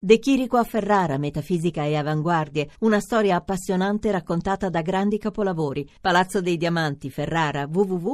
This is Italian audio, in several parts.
De Chirico a Ferrara, metafisica e avanguardie, una storia appassionante raccontata da grandi capolavori. Palazzo dei Diamanti, Ferrara,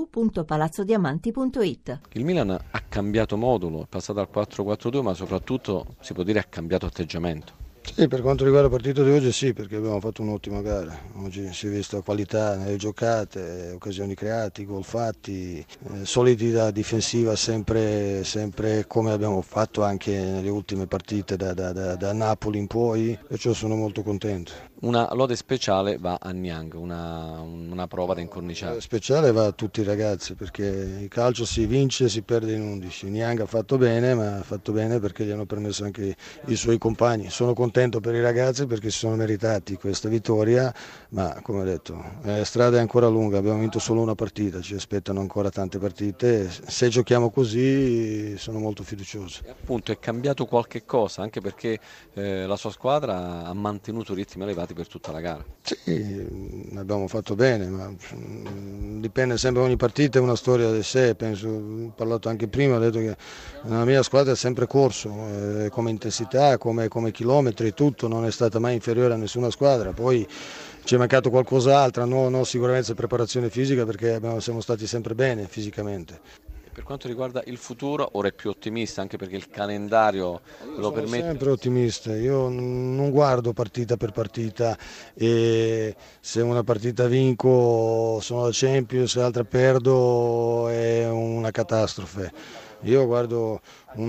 www.palazzodiamanti.it. Il Milan ha cambiato modulo, è passato al 4-4-2, ma soprattutto si può dire ha cambiato atteggiamento. Sì, per quanto riguarda la partita di oggi sì, perché abbiamo fatto un'ottima gara. Oggi si è vista qualità nelle giocate, occasioni create, gol fatti, solidità difensiva sempre come abbiamo fatto anche nelle ultime partite da Napoli in poi, perciò sono molto contento. Una lode speciale va a Niang, una prova da incorniciare. Speciale va a tutti i ragazzi, perché il calcio si vince, si perde in 11. Niang ha fatto bene, ma ha fatto bene perché gli hanno permesso anche i suoi compagni. Sono contento per i ragazzi perché si sono meritati questa vittoria, ma come ho detto, la strada è ancora lunga, abbiamo vinto solo una partita, ci aspettano ancora tante partite. Se giochiamo così sono molto fiducioso. E appunto è cambiato qualche cosa, anche perché la sua squadra ha mantenuto ritmi elevati per tutta la gara. Sì, abbiamo fatto bene, ma dipende sempre, ogni partita è una storia di sé, penso, ho parlato anche prima, ho detto che la mia squadra ha sempre corso, come intensità, come chilometri, tutto, non è stata mai inferiore a nessuna squadra, poi ci è mancato qualcos'altro, no, sicuramente preparazione fisica perché siamo stati sempre bene fisicamente. Per quanto riguarda il futuro, ora è più ottimista, anche perché il calendario lo permette. Sono sempre ottimista, io non guardo partita per partita e se una partita vinco sono la Champions, se l'altra perdo è una catastrofe. Io guardo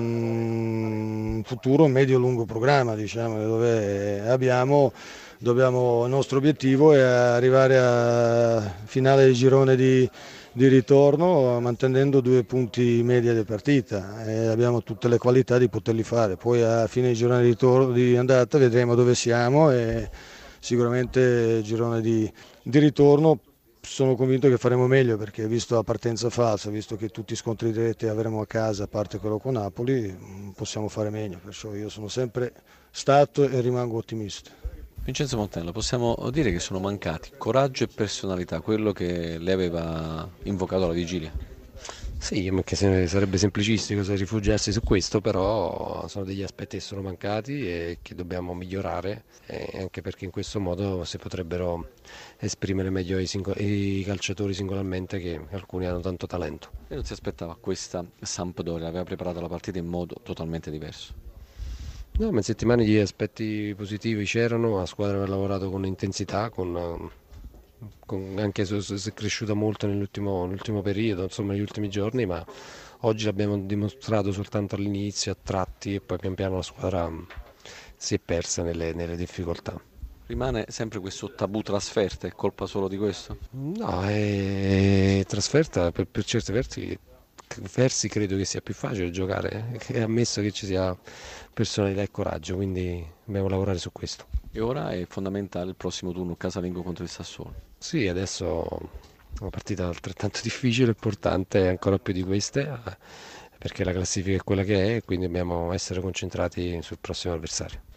un futuro medio-lungo programma, diciamo, dove il nostro obiettivo è arrivare a finale di girone di ritorno mantenendo 2 punti media di partita e abbiamo tutte le qualità di poterli fare. Poi a fine girone di andata vedremo dove siamo e sicuramente il girone di ritorno sono convinto che faremo meglio, perché visto la partenza falsa, visto che tutti i scontri diretti avremo a casa a parte quello con Napoli, possiamo fare meglio, perciò io sono sempre stato e rimango ottimista. Vincenzo Montella, possiamo dire che sono mancati coraggio e personalità, quello che lei aveva invocato alla vigilia? Sì, perché sarebbe semplicistico se rifugiarsi su questo, però sono degli aspetti che sono mancati e che dobbiamo migliorare, anche perché in questo modo si potrebbero esprimere meglio i calciatori singolarmente, che alcuni hanno tanto talento. E non si aspettava questa Sampdoria, aveva preparato la partita in modo totalmente diverso. No, ma in settimana gli aspetti positivi c'erano, la squadra aveva lavorato con intensità, anche se è cresciuta molto nell'ultimo periodo, insomma negli ultimi giorni, ma oggi l'abbiamo dimostrato soltanto all'inizio, a tratti, e poi pian piano la squadra si è persa nelle difficoltà. Rimane sempre questo tabù trasferte, è colpa solo di questo? No, trasferta per certi versi credo che sia più facile giocare, è ammesso che ci sia personalità e coraggio, quindi dobbiamo lavorare su questo. E ora è fondamentale il prossimo turno casalingo contro il Sassuolo. Sì, adesso una partita altrettanto difficile, importante, ancora più di queste, perché la classifica è quella che è, quindi dobbiamo essere concentrati sul prossimo avversario.